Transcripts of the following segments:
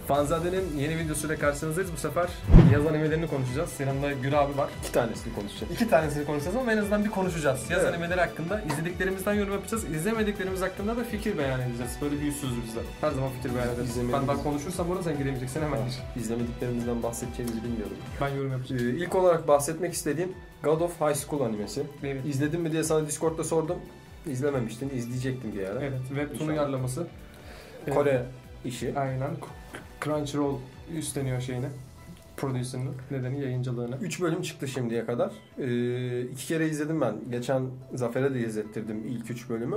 Fanzade'nin yeni videosuyla karşınızdayız. Bu sefer yaz animelerini konuşacağız. Yanımda Gür abi var. 2 tanesini konuşacağız. 2 tanesini konuşacağız ama en azından bir konuşacağız. Yaz Evet. animeleri hakkında izlediklerimizden yorum yapacağız. İzlemediklerimiz hakkında da fikir beyan edeceğiz. Böyle bir yüzsüzüz bizden. Her zaman fikir beyan ederiz. Ben daha konuşursam orada sen giremeyeceksin, hemen gir. İzlemediklerimizden bahsedeceğimizi bilmiyorum. Ben yorum yapacağım. İlk olarak bahsetmek istediğim God of High School animesi. Evet. İzledin mi diye sana Discord'da sordum. İzlememiştin, izleyecektim bir ara. Evet, webtoon uyarlaması. Kore işi. Aynen. Crunchyroll üstleniyor şeyini. Prodüksiyonunu, nedeni yayıncılığını. 3 bölüm çıktı şimdiye kadar. 2 kere izledim ben. Geçen Zafer'e de izlettirdim ilk 3 bölümü.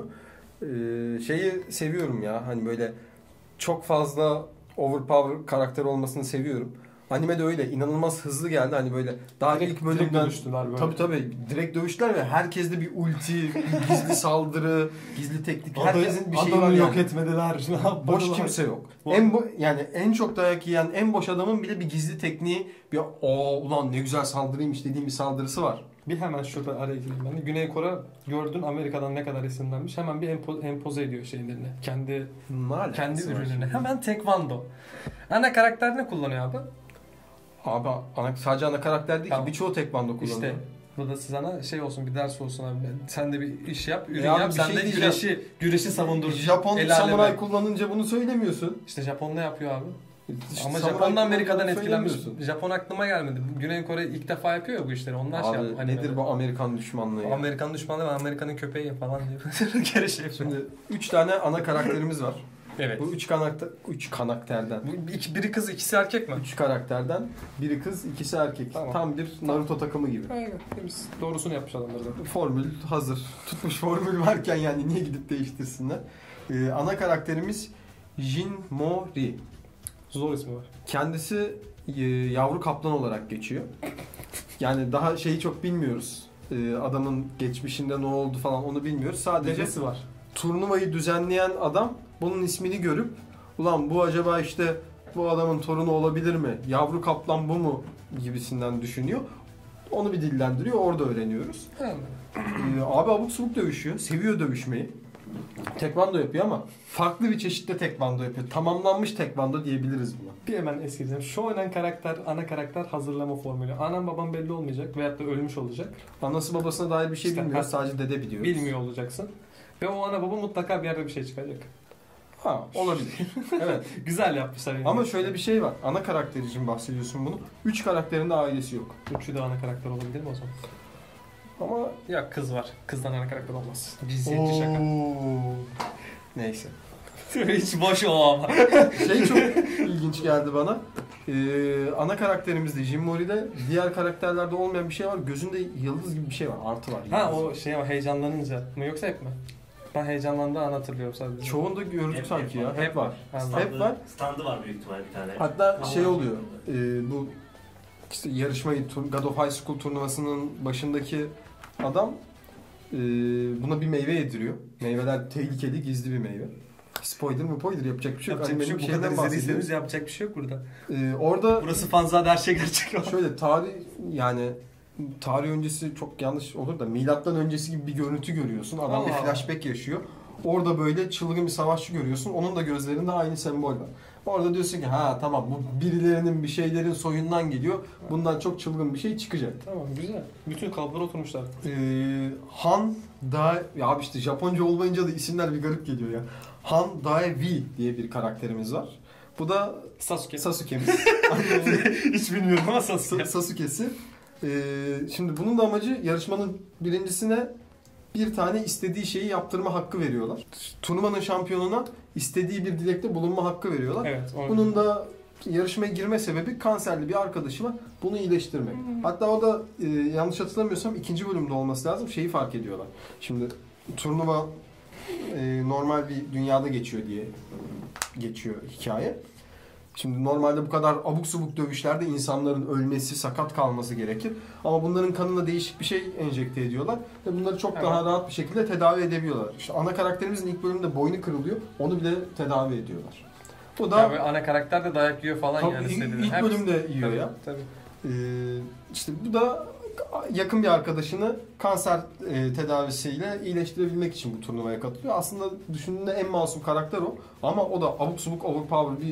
Şeyi seviyorum ya, hani böyle çok fazla overpower karakter olmasını seviyorum. Anime de öyle. İnanılmaz hızlı geldi. Hani böyle daha Direkt ilk bölümden dövüştüler böyle. Tabii direkt dövüşler ve herkeste bir ulti, bir gizli saldırı, gizli teknik. Herkesin bir şeyi var yani. yok etmediler. Boş kimse yok. Yani en çok dayak yiyen en boş adamın bile bir gizli tekniği, bir ulan ne güzel saldırıymış dediğim bir saldırısı var. Bir hemen şurada araya gireyim ben de. Güney Kore gördün Amerika'dan ne kadar esinlenmiş. Hemen bir empoze ediyor şeylerini. Kendi ürününü. Hemen tekvando. Ana karakter ne kullanıyor abi? Abi sadece ana karakter değil Tamam. ki, birçoğu tekvando kullanıyor. İşte bu da sana şey olsun, bir ders olsun abi. Sen de bir iş yap, ürün Ya yap. bir Sen şey de diyeceğim. güreşi savundur. Japon El aleme. samuray kullanınca bunu söylemiyorsun. İşte Japon ne yapıyor abi? İşte Ama samuray Japon'dan Amerika'dan kullandığını etkilenmiş. söylemiyorsun. Japon aklıma gelmedi. Güney Kore ilk defa yapıyor ya bu işleri. Onlar Abi şey yapıyor. nedir bu Amerikan düşmanlığı ya? Amerikan düşmanı ve Amerika'nın köpeği falan diyor. Geri şey yapıyor. Şimdi 3 tane ana karakterimiz var. Evet. Bu 3 karakterden. Biri kız, ikisi erkek mi? 3 karakterden biri kız, ikisi erkek. Tamam. Tam bir Naruto takımı gibi. Aynen. Temiz. Doğrusunu yapmış adamlar da. Formül hazır. Tutmuş formül varken yani niye gidip değiştirsinler? Ana karakterimiz Jinmori. Zor ismi var. Kendisi yavru kaplan olarak geçiyor. Yani daha şeyi çok bilmiyoruz. Adamın geçmişinde ne oldu falan onu bilmiyoruz. Sadece Dedesi var. turnuvayı düzenleyen adam bunun ismini görüp ulan bu acaba işte bu adamın torunu olabilir mi? Yavru kaplan bu mu? Gibisinden düşünüyor. Onu bir dillendiriyor. Orada öğreniyoruz. Abi abuk subuk dövüşüyor. Seviyor dövüşmeyi. Tekvando yapıyor ama farklı bir çeşitte tekvando yapıyor. Tamamlanmış tekvando diyebiliriz buna. Bir hemen eskileceğim. Shonen karakter, ana karakter hazırlama formülü. Anam babam belli olmayacak veyahut da ölmüş olacak. Anası babasına dair bir şey İşte, bilmiyoruz. Sadece dede biliyoruz. Bilmiyor olacaksın. Ve o ana baba mutlaka bir yerde bir şey çıkacak. Ha, olabilir. Evet. Güzel yapmışlar. Yani. Ama şöyle bir şey var. Ana karakter için bahsediyorsun bunu. 3 karakterin de ailesi yok. Üçü de ana karakter olabilir mi o zaman? Ama Ya kız var. Kızdan ana karakter olmaz. Cinsiyetçi şaka. Neyse. Hiç boş o ama. Şey çok ilginç geldi bana. Ana karakterimizde Jinmori'de diğer karakterlerde olmayan bir şey var. Gözünde yıldız gibi bir şey var. Artı var. Ha yıldız. o şey ama heyecanlanınca mı yoksa hep mi? Ben heyecanlandığı an hatırlıyorum sadece. Çoğunda gördük Hep sanki ya. var. Hep var. Anladım. Hep var. Standı var büyük ihtimalle bir tane. Hatta şey oluyor. Bu işte yarışmayı God of High School turnuvasının başındaki adam buna bir meyve yediriyor. Meyveler tehlikeli, gizli bir meyve. Spoiler yapacak bir şey yok. Yapacak bir şey yok. Bu kadar bahsediyoruz. izlediğimiz yapacak bir şey yok burada. Orada Burası fanzade, her şey gerçek. şöyle tarih öncesi çok yanlış olur da milattan öncesi gibi bir görüntü görüyorsun. Adam bir Allah. flashback yaşıyor. Orada böyle çılgın bir savaşçı görüyorsun. Onun da gözlerinde aynı sembol var. Orada diyorsun ki ha tamam bu birilerinin bir şeylerin soyundan geliyor. Bundan çok çılgın bir şey çıkacak. Tamam, güzel. Bütün kalıplara oturmuşlar. Han Da ya abi işte Japonca olmayınca da isimler bir garip geliyor ya. Han Dae-wi diye bir karakterimiz var. Bu da Sasuke'miz. Hiç bilmiyorum ama Sasuke. Sasuke'si. Şimdi bunun da amacı yarışmanın birincisine bir tane istediği şeyi yaptırma hakkı veriyorlar. Turnuvanın şampiyonuna istediği bir dilekte bulunma hakkı veriyorlar. Evet. Bunun da yarışmaya girme sebebi kanserli bir arkadaşı var. Bunu iyileştirmek. Hatta o da yanlış hatırlamıyorsam 2. bölümde olması lazım. Şeyi fark ediyorlar. Şimdi turnuva normal bir dünyada geçiyor diye geçiyor hikaye. Şimdi normalde bu kadar abuk subuk dövüşlerde insanların ölmesi, sakat kalması gerekir. Ama bunların kanına değişik bir şey enjekte ediyorlar. Ve bunları çok daha rahat bir şekilde tedavi edebiliyorlar. İşte ana karakterimizin ilk bölümünde boynu kırılıyor. Onu bile tedavi ediyorlar. Bu da ya ana karakter de dayak yiyor falan tabii yani. ilk bölümde yiyor tabii, ya. Tabii. İşte bu da yakın bir arkadaşını kanser tedavisiyle iyileştirebilmek için bu turnuvaya katılıyor. Aslında düşündüğünde en masum karakter o. Ama o da abuk subuk overpower bir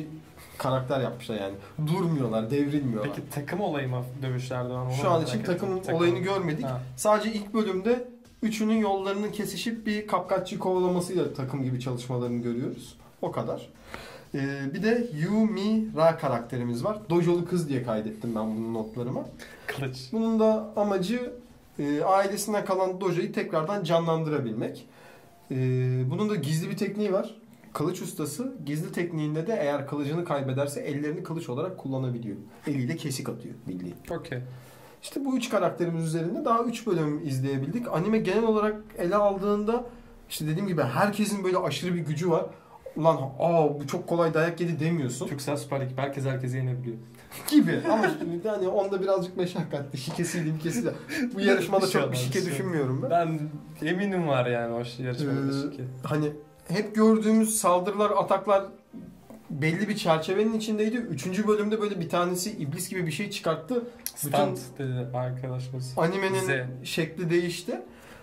karakter yapmışlar yani. Durmuyorlar, devrilmiyorlar. Peki takım olayı mı dövüşlerde? Şu an için takım olayını görmedik. Ha. Sadece ilk bölümde üçünün yollarının kesişip bir kapkaççı kovalamasıyla takım gibi çalışmalarını görüyoruz. O kadar. Bir de Yumi Ra karakterimiz var. Dojolu kız diye kaydettim ben bunun notlarıma. Kılıç. Bunun da amacı ailesinden kalan Doja'yı tekrardan canlandırabilmek. Bunun da gizli bir tekniği var. Kılıç ustası gizli tekniğinde de eğer kılıcını kaybederse ellerini kılıç olarak kullanabiliyor. Eliyle kesik atıyor bildiğin. Okey. İşte bu üç karakterimiz üzerinde daha 3 bölüm izleyebildik. Anime genel olarak ele aldığında işte dediğim gibi herkesin böyle aşırı bir gücü var. Ulan bu çok kolay dayak yedi demiyorsun. Türksel Süper Lig. Herkes herkesi yenebiliyor. Gibi ama şimdi hani onda birazcık meşakkatli. Şikesiydi mikesi. Bu yarışmada çok bir şike düşünmüyorum ben. Ben eminim var yani o yarışmada şike. Hani hep gördüğümüz saldırılar, ataklar belli bir çerçevenin içindeydi. 3. bölümde böyle bir tanesi iblis gibi bir şey çıkarttı. Stunt dedi arkadaşımız. Animenin şekli değişti.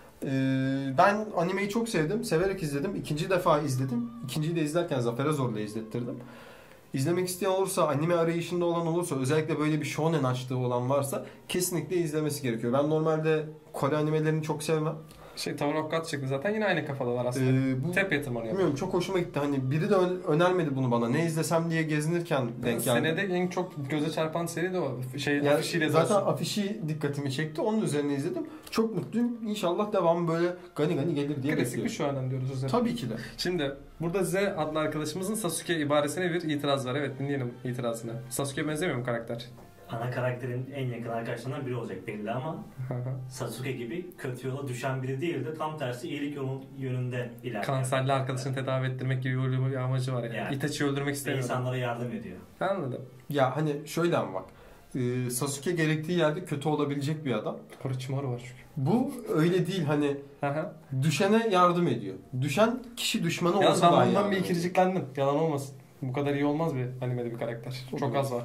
Ben animeyi çok sevdim. Severek izledim. 2. defa izledim. 2.'yi de izlerken Zafer'e zorla izlettirdim. İzlemek isteyen olursa, anime arayışında olan olursa, özellikle böyle bir shonen açtığı olan varsa kesinlikle izlemesi gerekiyor. Ben normalde Kore animelerini çok sevmem. Tower of God çıktı zaten, yine aynı kafadalar aslında. Bu, Tep yatırmanıyor. Bilmiyorum, çok hoşuma gitti. Hani biri de önermedi bunu bana. Ne izlesem diye gezinirken denk geldi. Senede en çok göze çarpan seri de o. Afişiyle zaten afişi dikkatimi çekti. Onun üzerine izledim. Çok mutluyum. İnşallah devamı böyle gani gani gelir diye bekliyorum. Klasik bir shonen diyoruz üzerine. Tabii ki de. Şimdi burada Z adlı arkadaşımızın Sasuke ibaresine bir itiraz var. Evet, dinleyelim itirazını. Sasuke'ye benzemiyor mu karakter? Ana karakterin en yakın arkadaşlarından biri olacak belli ama Sasuke gibi kötü yola düşen biri değil de tam tersi iyilik yönünde ilerliyor. Kanserli arkadaşını tedavi ettirmek gibi bir amacı var yani. Itachi'yi öldürmek istemiyor. İnsanlara yardım ediyor. Anladım. Ya hani şöyle ama bak. Sasuke gerektiği yerde kötü olabilecek bir adam. Orochimaru var çünkü. Bu öyle değil, hani düşene yardım ediyor. Düşen kişi düşmanı olsa da daha ben bundan yani. bir ikirciklendim. Yalan olmasın. Bu kadar iyi olmaz bir animede bir karakter. Olur. Çok az var.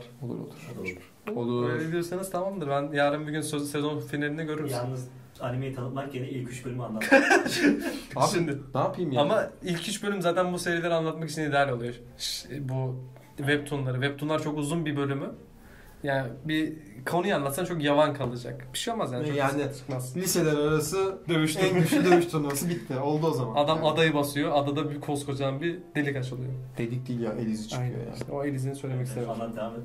Olur. Öyle diyorsanız tamamdır. Ben yarın bir gün sezon finalinde görürüz. Yalnız animeyi tanıtmak yerine ilk 3 bölümü anlat. Abi Şimdi ne yapayım ya? ama ilk 3 bölüm zaten bu serileri anlatmak için ideal oluyor. Bu webtoonları. Webtoonlar çok uzun bir bölümü. Yani bir konuyu anlatsan çok yavan kalacak. Bir şey olmaz yani. Çok Yani çıkmaz. liseler arası Dövüş en güçlü dövüş turnuvası bitti. Oldu o zaman. Adam yani. adayı basıyor. Adada bir koskocaman bir delik açılıyor. Dedik değil ya, Elizi çıkıyor Aynen. ya. İşte o Elizini söylemek istemiyorum. Anlat devam et.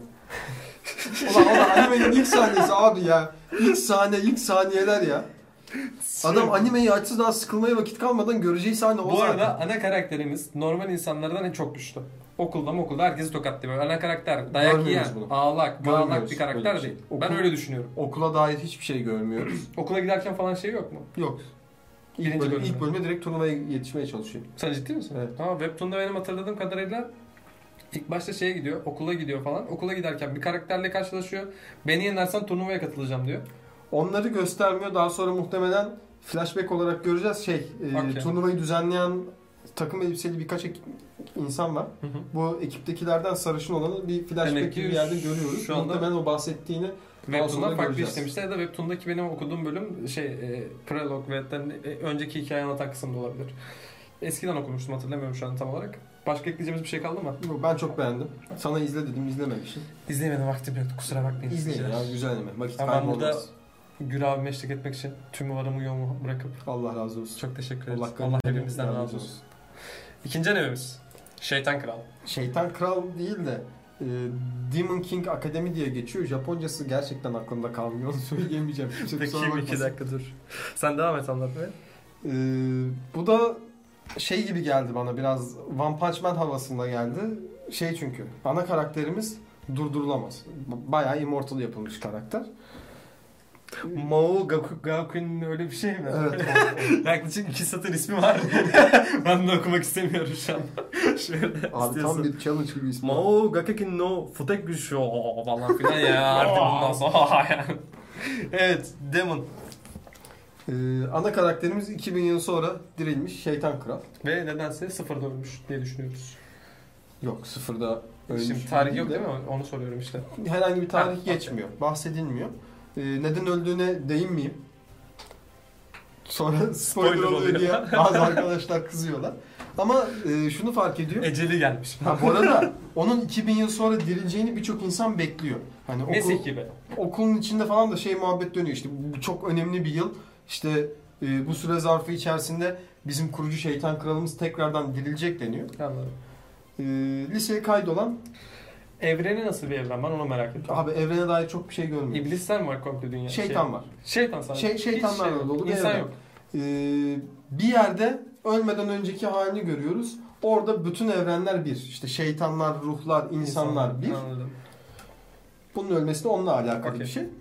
Ulan o da animenin ilk sahnesi abi ya. İlk saniyeler ya. Adam animeyi açsa daha sıkılmaya vakit kalmadan göreceği sahne o Bu zaten. arada ana karakterimiz normal insanlardan en çok güçlü. Okulda herkesi tokatlıyor. Ana karakter dayak Görmüyoruz yiyen, bunu. ağlak Görmüyoruz bir karakter öyle bir değil. şey. Ben öyle düşünüyorum. Okula dair hiçbir şey görmüyoruz. Okula giderken falan şey yok mu? Yok. Birinci bölümde. İlk bölümde direkt turnuvaya yetişmeye çalışıyor. Sen ciddi misin? Evet. Ama Webtoon'da benim hatırladığım kadarıyla ilk başta şeye gidiyor, okula gidiyor falan. Okula giderken bir karakterle karşılaşıyor. Beni yenersen turnuvaya katılacağım diyor. Onları göstermiyor. Daha sonra muhtemelen flashback olarak göreceğiz. Okay. Turnuvayı düzenleyen takım elbiseli birkaç insan var. Hı hı. Bu ekiptekilerden sarışın olanı bir flashback gibi bir yerde görüyoruz. Şu anda muhtemelen o bahsettiğini Webtoon'da farklı göreceğiz. işlemişler ya da Webtoon'daki benim okuduğum bölüm prolog ve önceki hikaye anlatan kısımda olabilir. Eskiden okumuştum, hatırlamıyorum şu an tam olarak. Başka ekleyeceğimiz bir şey kaldı mı? Yok, ben çok beğendim. Sana izle dedim, izlememişsin. İzleyemedim, vaktim yoktu, kusura bakmayın. İzleyin ya, güzel anime. Vakit Ben kaybı burada olmaz. Gür abime eşlik etmek için tüm varımı yoğumu bırakıp Allah razı olsun. çok teşekkür ederiz. Allah Allah hepimizden razı olsun. İkinci animemiz Şeytan Kral. Şeytan Kral değil de Demon King Academy diye geçiyor. Japoncası gerçekten aklımda kalmıyor. Onu söyleyemeyeceğim. Bakayım 2 dakika dur. Sen devam et anlatmaya. Bu da şey gibi geldi bana, biraz One Punch Man havasında geldi. Çünkü ana karakterimiz durdurulamaz. Bayağı immortal yapılmış karakter. Mao Gaku'nun öyle bir şey mi? Evet. Yaklaşık 2 satır ismi var. Ben de okumak istemiyorum şu an. Şöyle Abi tam bir challenge gibi ismi. Mao Gaku'nun no Futekgushu falan filan ya artık bundan sonra yani. Evet, Demon. Ana karakterimiz 2000 yıl sonra dirilmiş Şeytan Kral. Ve nedense sıfırda ölmüş diye düşünüyoruz. Yok, sıfırda ölmüş. Şimdi tarih yok değil mi? Onu soruyorum işte. Herhangi bir tarih geçmiyor. Bahsedilmiyor. Neden öldüğüne değinmeyeyim. Sonra spoiler oluyor diye bazı arkadaşlar kızıyorlar. Ama şunu fark ediyor. Eceli gelmiş. Ha, bu arada onun 2000 yıl sonra dirileceğini birçok insan bekliyor. Hani Mesih gibi. Okulun içinde falan da muhabbet dönüyor işte, bu çok önemli bir yıl. İşte bu süre zarfı içerisinde bizim kurucu şeytan kralımız tekrardan dirilecek deniyor. Anladım. Liseye kaydolan... Evreni nasıl bir evren? Ben onu merak ettim. Abi evrene dair çok bir şey görmüyoruz. İblisler mi var komple dünya? Şeytan var. Şeytan sadece. Şeytanlarla dolu bir İnsan evren. yok. Bir yerde ölmeden önceki halini görüyoruz. Orada bütün evrenler bir. İşte şeytanlar, ruhlar, insanlar bir. Anladım. Bunun ölmesi de onunla alakalı Okay. bir şey.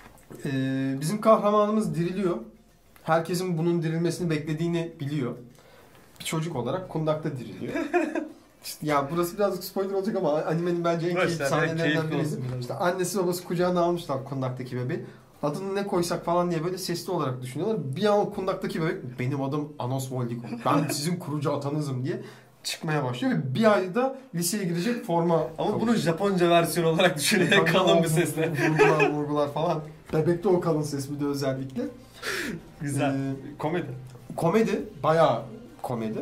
Bizim kahramanımız diriliyor. Herkesin bunun dirilmesini beklediğini biliyor. Bir çocuk olarak kundakta diriliyor. İşte ya burası birazcık spoiler olacak ama animenin bence en keyifli sahnelerinden birisi. İşte annesi babası kucağına almışlar kundaktaki bebeği. Adını ne koysak falan diye böyle sesli olarak düşünüyorlar. Bir an o kundaktaki bebek benim adım Anos Voldigo. Ben sizin kurucu atanızım diye çıkmaya başlıyor ve bir ayda liseye girecek forma. Ama bunu Japonca versiyon olarak düşünerek kalın bir sesle. Vurgular falan. Bebekte o kalın ses bir de özellikle. Güzel. Komedi. Komedi. Bayağı komedi.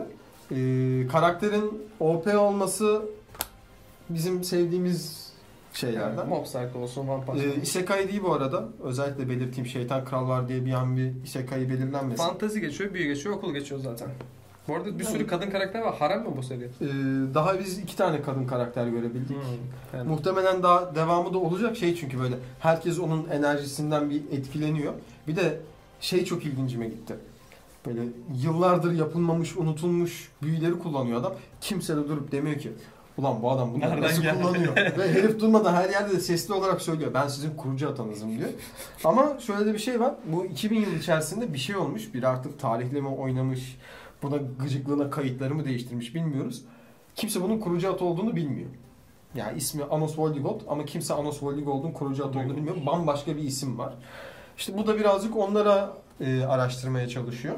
Karakterin OP olması bizim sevdiğimiz şeylerden. Mob Psycho olsun, One Punch Man. Isekai değil bu arada. Özellikle belirteyim, şeytan kral var diye bir an bir Isekai belirlenmesin. Fantezi geçiyor, büyü geçiyor, okul geçiyor zaten. Bu arada bir sürü kadın karakter var. Harem mi bu seri? Daha biz 2 tane kadın karakter görebildik. Yani. Muhtemelen daha devamı da olacak çünkü böyle herkes onun enerjisinden bir etkileniyor. Bir de çok ilgincime gitti. Böyle yıllardır yapılmamış, unutulmuş büyüleri kullanıyor adam. Kimse de durup demiyor ki ulan bu adam bunu nasıl kullanıyor? Ve herif durmadan her yerde de sesli olarak söylüyor. Ben sizin kurucu atanızım diyor. Ama şöyle de bir şey var. Bu 2000 yıl içerisinde bir şey olmuş. Biri artık tarihle mi oynamış, buna gıcıklığına kayıtları mı değiştirmiş bilmiyoruz. Kimse bunun kurucu atı olduğunu bilmiyor. Yani ismi Anos Voldigot ama kimse Anos Voldigold'un kurucu atı olduğunu bilmiyor. Bambaşka bir isim var. İşte bu da birazcık onlara araştırmaya çalışıyor.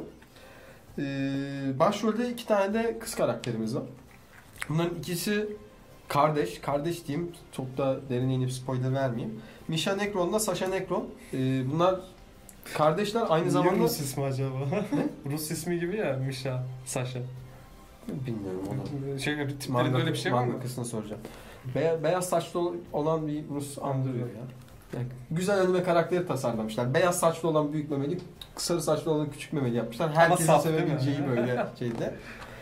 Başrolde 2 tane de kız karakterimiz var. Bunların ikisi kardeş. Kardeş diyeyim. Çok da derine inip spoiler vermeyeyim. Misha Necron'la Sasha Necron. Bunlar kardeşler aynı zamanda... Rus ismi acaba? Rus ismi gibi ya Misha, Sasha. Bilmiyorum onu. Tiplerinde öyle bir şey var mı? Mangakasını soracağım. Beyaz saçlı olan bir Rus andırıyor ya. Yani güzel anime karakteri tasarlamışlar. Beyaz saçlı olan büyük memeli, sarı saçlı olan küçük memeli yapmışlar. Herkesin saf, sevebileceği böyle şeyde.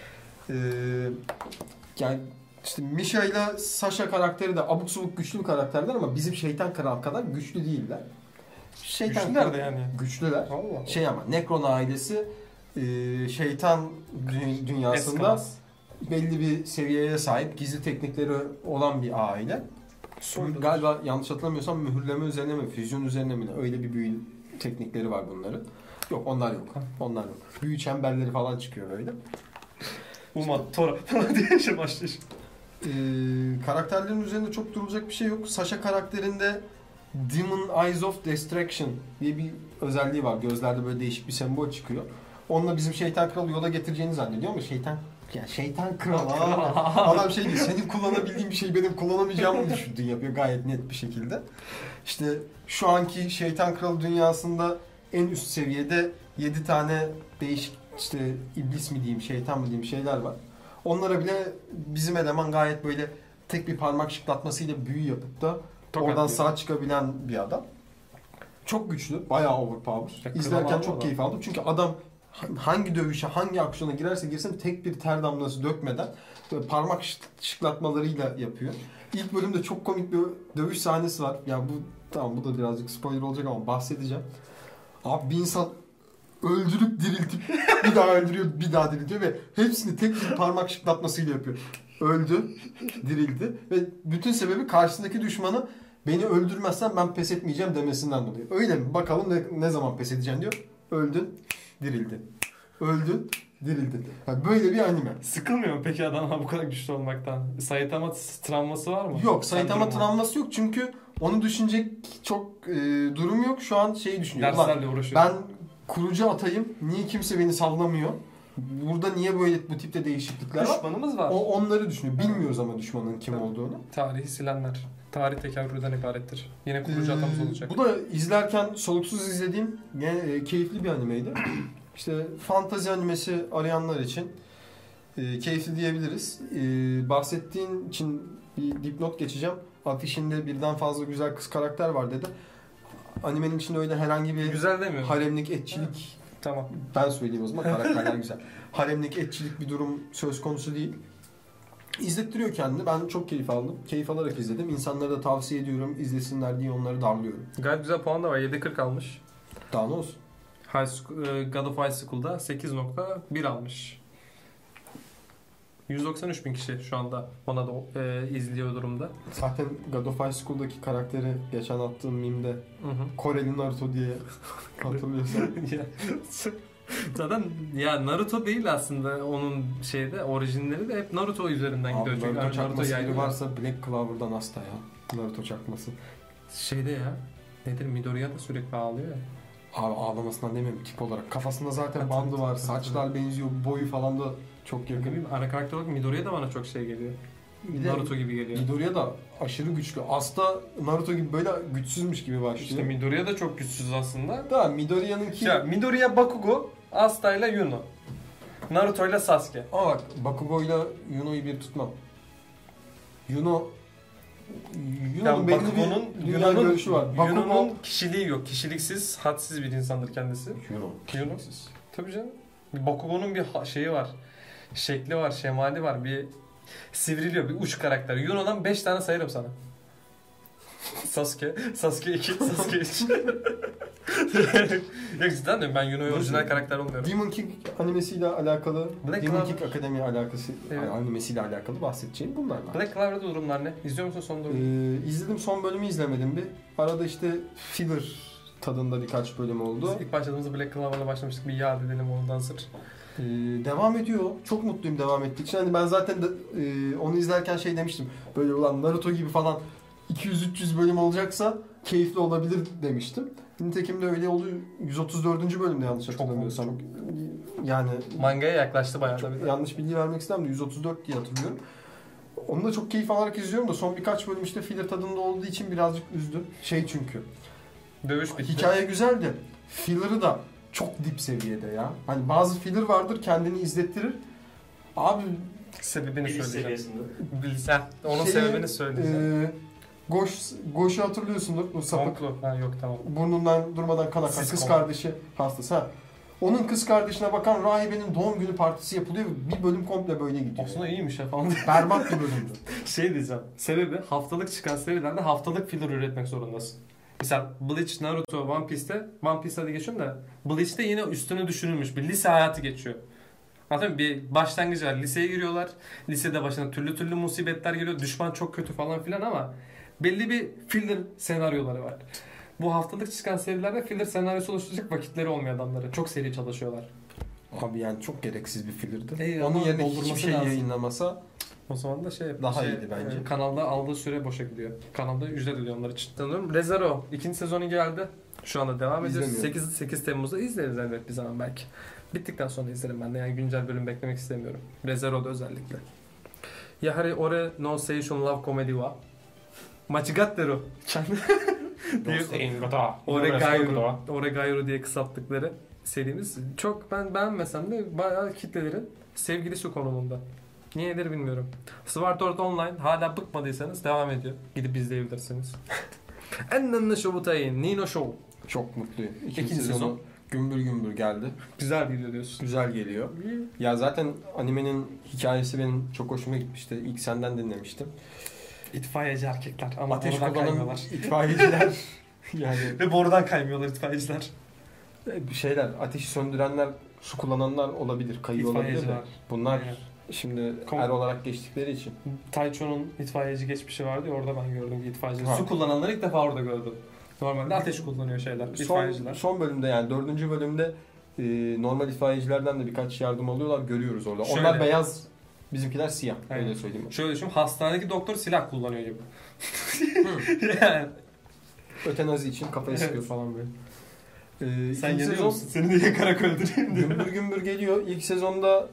Yani işte Misha ile Sasha karakteri de abuk subuk güçlü bir karakterler ama bizim şeytan kral kadar güçlü değiller. Güçlüler de yani. Güçlüler. Allah. Ama Necron ailesi şeytan dünyasında belli bir seviyeye sahip, gizli teknikleri olan bir aile. Galiba yanlış hatırlamıyorsam mühürleme üzerine mi, füzyon üzerine mi öyle bir büyü teknikleri var bunların. Yok onlar yok. Onlar yok. Büyü çemberleri falan çıkıyor böyle. Tora diye başlıyor. Karakterlerin üzerinde çok durulacak bir şey yok. Sasha karakterinde Demon Eyes of Destruction diye bir özelliği var. Gözlerde böyle değişik bir sembol çıkıyor. Onunla bizim şeytan kralı yola getireceğini zannediyor ama şeytan kral. Adam diyor, senin kullanabildiğin bir şeyi benim kullanamayacağımı düşündüğün yapıyor gayet net bir şekilde. İşte şu anki şeytan kralı dünyasında en üst seviyede 7 tane değişik iblis mi diyeyim, şeytan mı diyeyim şeyler var. Onlara bile bizim eleman gayet böyle tek bir parmak şıklatmasıyla büyü yapıp da oradan sağ çıkabilen bir adam. Çok güçlü, bayağı overpower. İzlerken çok keyif aldım çünkü adam hangi dövüşe, hangi aksiyona girerse girsin tek bir ter damlası dökmeden parmak şıklatmalarıyla yapıyor. İlk bölümde çok komik bir dövüş sahnesi var. Ya bu da birazcık spoiler olacak ama bahsedeceğim. Abi bir insan öldürüp diriltip bir daha öldürüyor, bir daha diriltiyor ve hepsini tek bir parmak şıklatmasıyla yapıyor. Öldü, dirildi ve bütün sebebi karşısındaki düşmanı beni öldürmezsen ben pes etmeyeceğim demesinden dolayı. Öyle mi? Bakalım ne zaman pes edeceksin diyor. Öldün, dirildin. Öldün, dirildin. Yani böyle bir anime. Sıkılmıyor mu peki adam bu kadar güçlü olmaktan? Saitama travması var mı? Yok, Saitama travması yok çünkü onu düşünecek çok durum yok. Şu an düşünüyor. Derslerle uğraşıyor. Ben kurucu atayım. Niye kimse beni sallamıyor? Burada niye böyle bu tipte değişiklikler var? Düşmanımız var. Onları düşünüyor. Bilmiyoruz ama düşmanın kim olduğunu. Tarihi silenler. Tarih tekerrürden ibarettir. Yine kurucu atamız olacak. Bu da izlerken soluksuz izlediğim keyifli bir animeydi. İşte fantazi animesi arayanlar için keyifli diyebiliriz. Bahsettiğin için bir dipnot geçeceğim. Afişinde birden fazla güzel kız karakter var dedi. Animenin içinde öyle herhangi bir Güzel demiyorum. haremlik, etçilik, Tamam. ben söyleyeyim o zaman, karakterler güzel. Haremlik, etçilik bir durum söz konusu değil. İzlettiriyor kendini. Ben çok keyif aldım. Keyif alarak izledim. İnsanlara da tavsiye ediyorum. İzlesinler diye onları darlıyorum. Gayet güzel puan da var. 7.40 almış. Daha ne olsun? God of High School'da 8.1 almış. 193 bin kişi şu anda ona da izliyor durumda. Zaten God of High School'daki karakteri geçen attığım mimde Koreli Naruto diye hatırlıyorsan. Zaten ya Naruto değil aslında onun orijinleri de hep Naruto üzerinden gidiyor. Çünkü Naruto çakması Naruto biri varsa Black Clover'dan hasta ya. Naruto çakması. Ya nedir, Midoriya da sürekli ağlıyor ya. Abi ağlamasından demiyorum, tip olarak. Kafasında zaten bandı var, saçlar benziyor, boyu falan da çok yakın. Ana karakter olarak Midoriya da bana çok geliyor. Naruto gibi geliyor. Midoriya da aşırı güçlü. Asta Naruto gibi böyle güçsüzmüş gibi başlıyor. İşte Midoriya da çok güçsüz aslında. Da Midoriya'nınki... Ya Midoriya Bakugo, Asta ile Yuno. Naruto ile Sasuke. Ama bak, Bakugo ile Yuno'yu bir tutmam. Yuno'nun belli bir dünya görüşü var. Yuno'nun kişiliği yok. Kişiliksiz, hadsiz bir insandır kendisi. Yuno. Tabii canım. Bakugo'nun bir şeyi var. Şekli var, şemali var. Bir sivriliyor, bir uç karakter. Yuno'dan 5 tane sayarım sana. Sasuke 2, Sasuke 3. Yok cidden diyorum, ben Yuno'yu orijinal karakter olmuyorum. Demon King animesiyle alakalı, Black Demon Clover. King Akademi alakası, Evet. animesiyle alakalı bahsedeceğim bunlar var. Black Clover'da durumlar ne? İzliyor musun son durumu? İzledim, son bölümü izlemedim bir. Arada işte filler tadında birkaç bölüm oldu. Biz ilk başladığımızda Black Clover'la başlamıştık. Bir yad edelim ondan hazır. Devam ediyor. Çok mutluyum devam ettikçe. Hani ben zaten de, onu izlerken şey demiştim. Böyle ulan Naruto gibi falan 200-300 bölüm olacaksa keyifli olabilir demiştim. Nitekim de öyle oldu. 134. bölümde yanlış hatırlamıyorsam. Yani mangaya yaklaştı bayağı çok tabii. yanlış bilgi vermek istemem de 134 diye hatırlıyorum. Onu da çok keyif alarak izliyorum da son birkaç bölüm işte filler tadında olduğu için birazcık üzdü. Çünkü Dövüş bitti. hikaye güzel de filler'ı da çok dip seviyede ya. Hani bazı filler vardır, kendini izlettirir. Abi sebebini Bilinç söyleyeceğim. seviyesinde. Bilsen onun sebebini söyleyeceğim. Goş'u hatırlıyorsundur. Bu sapık. Tonklu. Ha yok tamam. Burnundan durmadan kan akan kız kardeşi hastası. Ha. Onun kız kardeşine bakan rahibenin doğum günü partisi yapılıyor. Bir bölüm komple böyle gidiyor. Aslında iyiymiş ya falan. Berbat bir bölümdü. Diyeceğim. Sebebi haftalık çıkan serilerde haftalık filler üretmek zorundasın. Mesela Bleach, Naruto, One Piece'te de geçiyorum da Bleach'te yine üstüne düşünülmüş bir lise hayatı geçiyor. Anladın mı? Bir başlangıcı var. Liseye giriyorlar. Lisede başına türlü musibetler geliyor. Düşman çok kötü falan filan ama belli bir filler senaryoları var. Bu haftalık çıkan serilerde filler senaryosu oluşturacak vakitleri olmuyor adamların. Çok seri çalışıyorlar. Abi yani çok gereksiz bir fillerdi. Onun Onun yerine doldurması hiçbir şey lazım. yayınlamasa O zaman da daha iyiydi bence. Kanalda aldığı süre boşa gidiyor. Kanalda ücret ödüyor onlar için. Sanırım Re:Zero 2. sezonu geldi. Şu anda devam ediyor. 8 Temmuz'da izleriz elbet bir zaman belki. Bittikten sonra izlerim ben de. Yani güncel bölüm beklemek istemiyorum. Re:Zero'da özellikle. Yahari ore no seishun love comedy wa Machigatteru. Oregairu diye kısalttıkları serimiz. Çok ben beğenmesem de bayağı kitlelerin sevgilisi konumunda. Niyedir bilmiyorum. Sword Art Online hala bıkmadıysanız devam ediyor. Gidip izleyebilirsiniz. Ennenne Shobutai Nino Show. Çok mutluyum. İkinci sezon. Gümbür gümbür geldi. Güzel geliyor diyorsun. Güzel geliyor. Ya zaten animenin hikayesi benim çok hoşuma gitmişti. İlk senden dinlemiştim. İtfaiyeci erkekler ama Ateş borudan kullanan kaymıyorlar. itfaiyeciler yani Ve borudan kaymıyorlar itfaiyeciler. şeyler, ateşi söndürenler, su kullananlar olabilir, kayıyor olabilir de. Bunlar Aynen. şimdi er olarak geçtikleri için. Taicho'nun itfaiyeci geçmişi vardı ya, orada ben gördüm bir itfaiyeci. Ha. Su kullananları ilk defa orada gördüm. Normalde ateş kullanıyor itfaiyeciler. Son bölümde yani 4. bölümde normal itfaiyecilerden de birkaç yardım alıyorlar, görüyoruz orada. Şöyle. Onlar beyaz, bizimkiler siyah. Aynen. Öyle söyleyeyim. Şöyle düşün, hastanedeki doktor silah kullanıyor gibi. Yani. Ötenazi için kafaya sıkıyor falan böyle. Sen İkinci yanıyor musun? Seni de yakarak öldüreyim diyor. Gümbür gümbür geliyor. İlk sezonda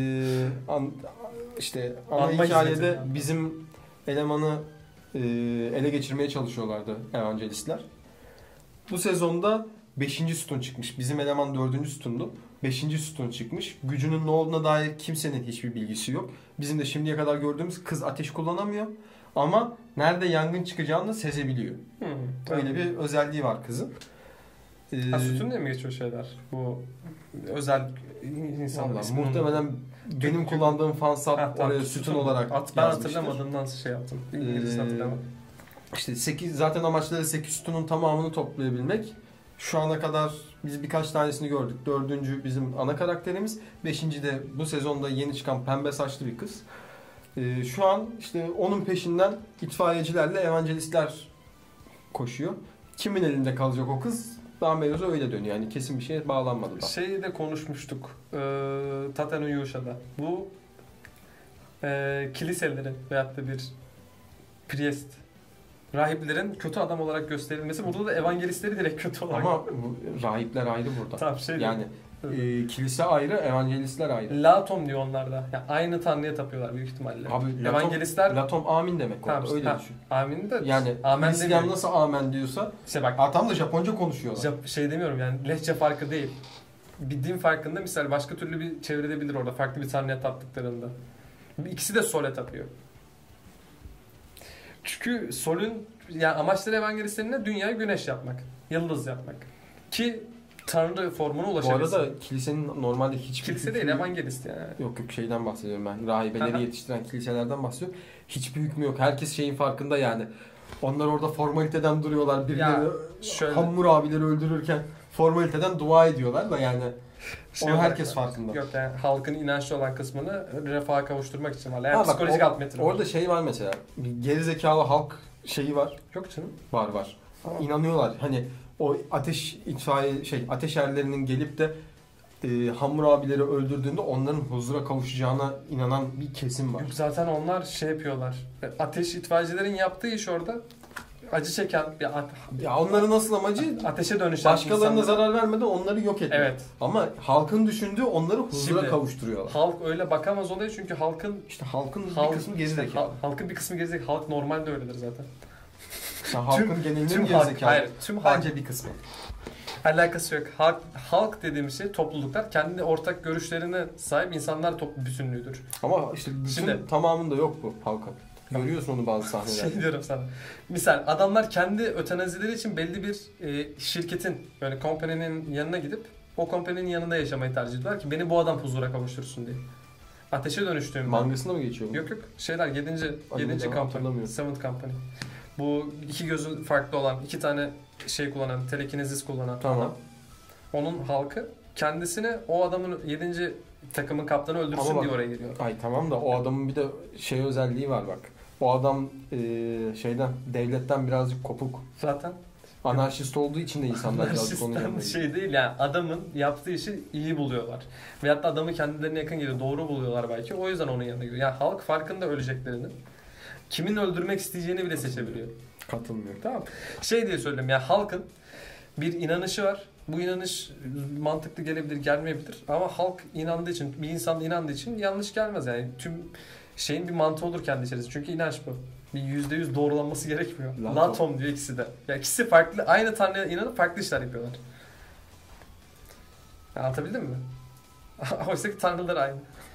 işte ana Anma hikayede hizmeti. bizim elemanı ele geçirmeye çalışıyorlardı evangelistler. Bu sezonda 5. sütun çıkmış. Bizim eleman 4. sütundu. 5. sütun çıkmış. Gücünün ne olduğuna dair kimsenin hiçbir bilgisi yok. Bizim de şimdiye kadar gördüğümüz kız ateş kullanamıyor. Ama nerede yangın çıkacağını sezebiliyor. Öyle bir özelliği var kızın. Sütun diye mi geçiyor şeyler? Bu özel insanlar. Muhtemelen benim kullandığım fansat oraya sütun olarak ben yazmıştır. hatırlamadığımdan şey yaptım. İngilizce hatırlamadım. İşte 8 zaten amaçları 8 sütunun tamamını toplayabilmek. Şu ana kadar biz birkaç tanesini gördük. 4. bizim ana karakterimiz. 5. de bu sezonda yeni çıkan pembe saçlı bir kız. Şu an işte onun peşinden itfaiyecilerle evangelistler koşuyor. Kimin elinde kalacak o kız? Daha mevzu öyle dönüyor. Yani kesin bir şeye bağlanmadı da. Şeyi de konuşmuştuk. Tate no Yusha'da. Bu kiliselerin veyahut da bir priest rahiplerin kötü adam olarak gösterilmesi. Burada da evangelistleri direkt kötü olarak. Ama rahipler ayrı burada. Tamam, yani kilise ayrı, evangelistler ayrı. Latom diyor onlar da. Yani aynı tanrıya tapıyorlar büyük ihtimalle. Abi evangelistler Latom amin demek. Tamam, öyle düşün. Amin de Yani amen Hristiyan demiyorum. nasıl amen diyorsa İşte bak, tam da Japonca konuşuyorlar. şey demiyorum yani lehçe farkı değil. Bir din farkında misal başka türlü bir çevrilebilir orada farklı bir tanrıya taptıklarında. İkisi de Sol'e tapıyor. Çünkü Sol'ün yani amaçları evangelistlerine ne? Dünyayı güneş yapmak, yıldız yapmak. Ki tanrı formuna Bu ulaşabilsin. arada kilisenin normalde hiçbir Kilise değil, evangelist yani. Yok şeyden bahsediyorum ben. Rahibeleri yetiştiren kiliselerden bahsediyorum. Hiçbir hükmü yok. Herkes şeyin farkında yani. Onlar orada formaliteden duruyorlar. Birileri Hamur abileri öldürürken formaliteden dua ediyorlar da yani onu herkes farkında. Yok yani halkın inançlı olan kısmını refaha kavuşturmak için var. Yani psikolojik alt metin var. Orada şey var mesela. Bir gerizekalı halk şeyi var. Yok canım. Var. İnanıyorlar. Hani o ateş erlerinin gelip de Hamur abileri öldürdüğünde onların huzura kavuşacağına inanan bir kesim var. Yok, zaten onlar şey yapıyorlar. Ateş itfaiyecilerin yaptığı iş orada acı çeken ya onların asıl amacı ateşe dönüşen başkalarına zarar vermeden onları yok etmek. Evet. Ama halkın düşündüğü onları huzura kavuşturuyorlar. Halk öyle bakamaz oluyor çünkü halkın bir kısmı gerizekalı. Halkın bir kısmı gerizekalı. Halk normalde öyledir zaten. Halkın genelinin gerizekalı. Hayır, tüm halk. Bence bir kısmı. Alakası yok. Halk dediğimiz şey topluluklar kendi ortak görüşlerine sahip insanlar bütünlüğüdür. Ama işte tamamında yok bu halka. Görüyorsun onu bazı sahnelerde. Şey diyorum sana. Misal adamlar kendi ötenazileri için belli bir şirketin yani company'nin yanına gidip o company'nin yanında yaşamayı tercih ediyorlar ki beni bu adam huzura kavuştursun diye. Ateşe dönüştüğümde. Mangasında mı geçiyor bu? Yok. Şeyler 7. company. 7th company. Bu iki gözü farklı olan, iki tane şey kullanan, telekinezis kullanan adam. Onun halkı kendisini o adamın 7. takımın kaptanı öldürsün diye oraya geliyor. Ay tamam da o adamın bir de şey özelliği var bak. O adam devletten birazcık kopuk. Zaten anarşist olduğu için de insanlar birazcık onun yanında. Şey değil yani adamın yaptığı işi iyi buluyorlar. Veyahut da adamı kendilerine yakın geliyor. Doğru buluyorlar belki. O yüzden onun yanına gidiyor. Yani halk farkında öleceklerini. Kimin öldürmek isteyeceğini bile seçebiliyor. Katılmıyor. Tamam. Şey diye söyleyeyim ya halkın bir inanışı var. Bu inanış mantıklı gelebilir, gelmeyebilir. Ama halk inandığı için, bir insan inandığı için yanlış gelmez yani. Tüm şeyin bir mantığı olur kendi içerisinde. Çünkü inanç bu. Bir %100 doğrulanması gerekmiyor. Latom diyor ikisi de. Ya ikisi farklı, aynı tanrıya inanıp farklı işler yapıyorlar. Anlatabildim mi? Oysa ki tanrılar aynı.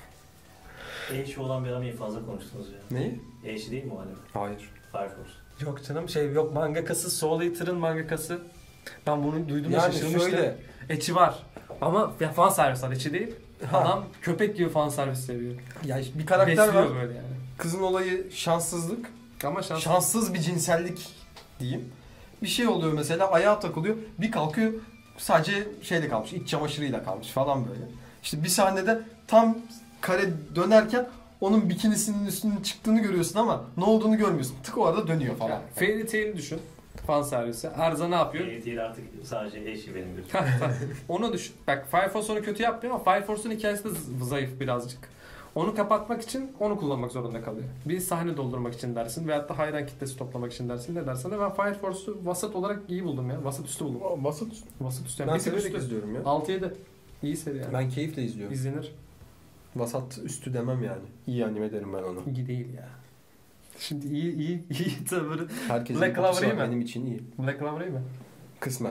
Eşi olan bir adamı fazla konuştunuz ya. Neyi? Eşi değil mi o anime? Hayır. Fire Force. Yok canım yok mangakası Soul Eater'ın mangakası. Ben bunu duydum yani şaşırmıştım. Şöyle. Eti var. Ama ya fan servis var, eti değil. Adam köpek gibi fan servis seviyor. Ya bir karakter besliyor var. Böyle yani. Kızın olayı şanssızlık. Ama şanssız bir cinsellik diyeyim. Bir şey oluyor mesela ayağa takılıyor. Bir kalkıyor sadece şeyle kalmış. İç çamaşırıyla kalmış falan böyle. İşte bir sahnede tam kare dönerken onun bikinisinin üstünün çıktığını görüyorsun ama ne olduğunu görmüyorsun. Tık o arada dönüyor falan. Yani, Fairy Tail düşün. Fan servisi. Erza ne yapıyor? Fairy Tail artık sadece eşi benim gözüm. Onu düşün. Bak Fire Force onu kötü yapmıyor ama Fire Force'un hikayesi de zayıf birazcık. Onu kapatmak için onu kullanmak zorunda kalıyor. Bir sahne doldurmak için dersin veyahut da hayran kitlesi toplamak için dersin. Ne dersen de ben Fire Force'u vasat olarak iyi buldum ya. Vasat üstü buldum. Vasat üstü. Yani ben severek izliyorum ya. 6-7. İyi seri yani. Ben keyifle izliyorum. İzlenir. Vasat üstü demem yani. İyi anime derim ben ona. İyi değil ya. Şimdi iyi tavırı. Herkesin Black Clover iyi mi? benim için iyi. Black Clover iyi mi? Kısmen.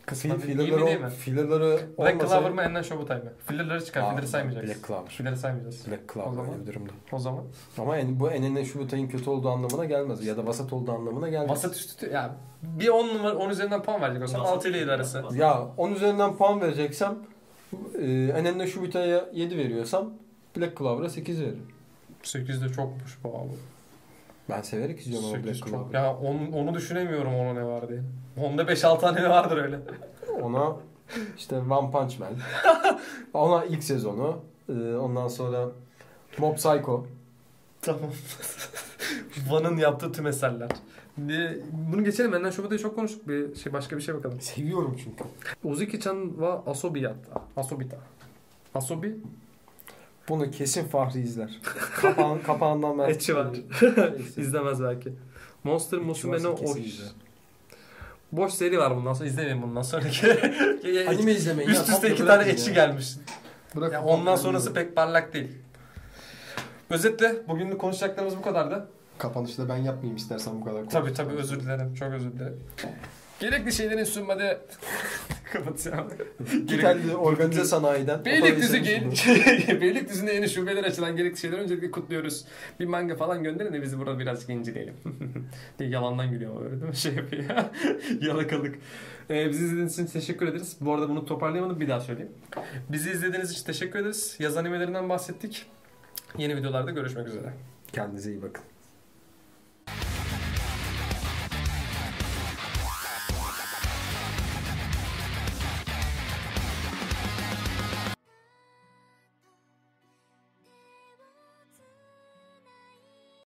Kısmen iyi mi Filler'ları değil mi? Black Clover olmasa... mı Enden Shobutay mı? Filler'ları çıkar. Filler'ı saymayacağız. Black Clover. Filler'ı saymayacağız. Black O Clover zaman- öyle bir durumda. O zaman Ama bu Enene Şubutay'ın kötü olduğu anlamına gelmez. Ya da vasat olduğu anlamına gelmez. vasat üstü ya bir 10 numara 10 üzerinden puan verecek olsam 6 ile 7 arası. Ya 10 üzerinden puan vereceksem Enene Şubutay'a 7 veriyorsam Black Clover'a 8 veririm. 8 de çokmuş bu abi. Ben severek izliyorum ama 8 Black çok. Clover'ı. Ya onu düşünemiyorum ona ne var diye. Onda 5-6 tane vardır öyle. Ona işte One Punch Man. Ona ilk sezonu. Ondan sonra Mob Psycho. Tamam. Van'ın yaptığı tüm eserler. Bunu geçelim. Enden Shobutay'ı çok konuştuk. Başka bir şey bakalım. Seviyorum çünkü. Ozuki-chan wa Asobita. Asobi Bunu kesin Fahri izler. Kapağından ben... Etçi var. İzlemez belki. Monster Musume no kesin Osh. izler. Boş seri var bundan sonra. İzlemeyin bundan sonraki. Anime izlemeyin. Üst üste 2 tane etçi gelmiş. Bırak. Ya ondan sonrası pek parlak değil. Özetle bugünlük konuşacaklarımız bu kadardı. Kapanışta ben yapmayayım istersen bu kadar. Tabii özür dilerim. Çok özür dilerim. Gerekli şeylerin sunmadı. Kapatacağım. Gitarlı organize sanayiden. Beylikdüzü'nde yeni şubeler açılan gerekli şeyleri öncelikle kutluyoruz. Bir manga falan gönderin de bizi burada birazcık inceleyelim. diye yalandan gülüyor ama öyle değil mi? Şey yapıyor ya. Yalakalık. Bizi izlediğiniz için teşekkür ederiz. Bu arada bunu toparlayamadım, bir daha söyleyeyim. Bizi izlediğiniz için teşekkür ederiz. Yaz animelerinden bahsettik. Yeni videolarda görüşmek üzere. Kendinize iyi bakın.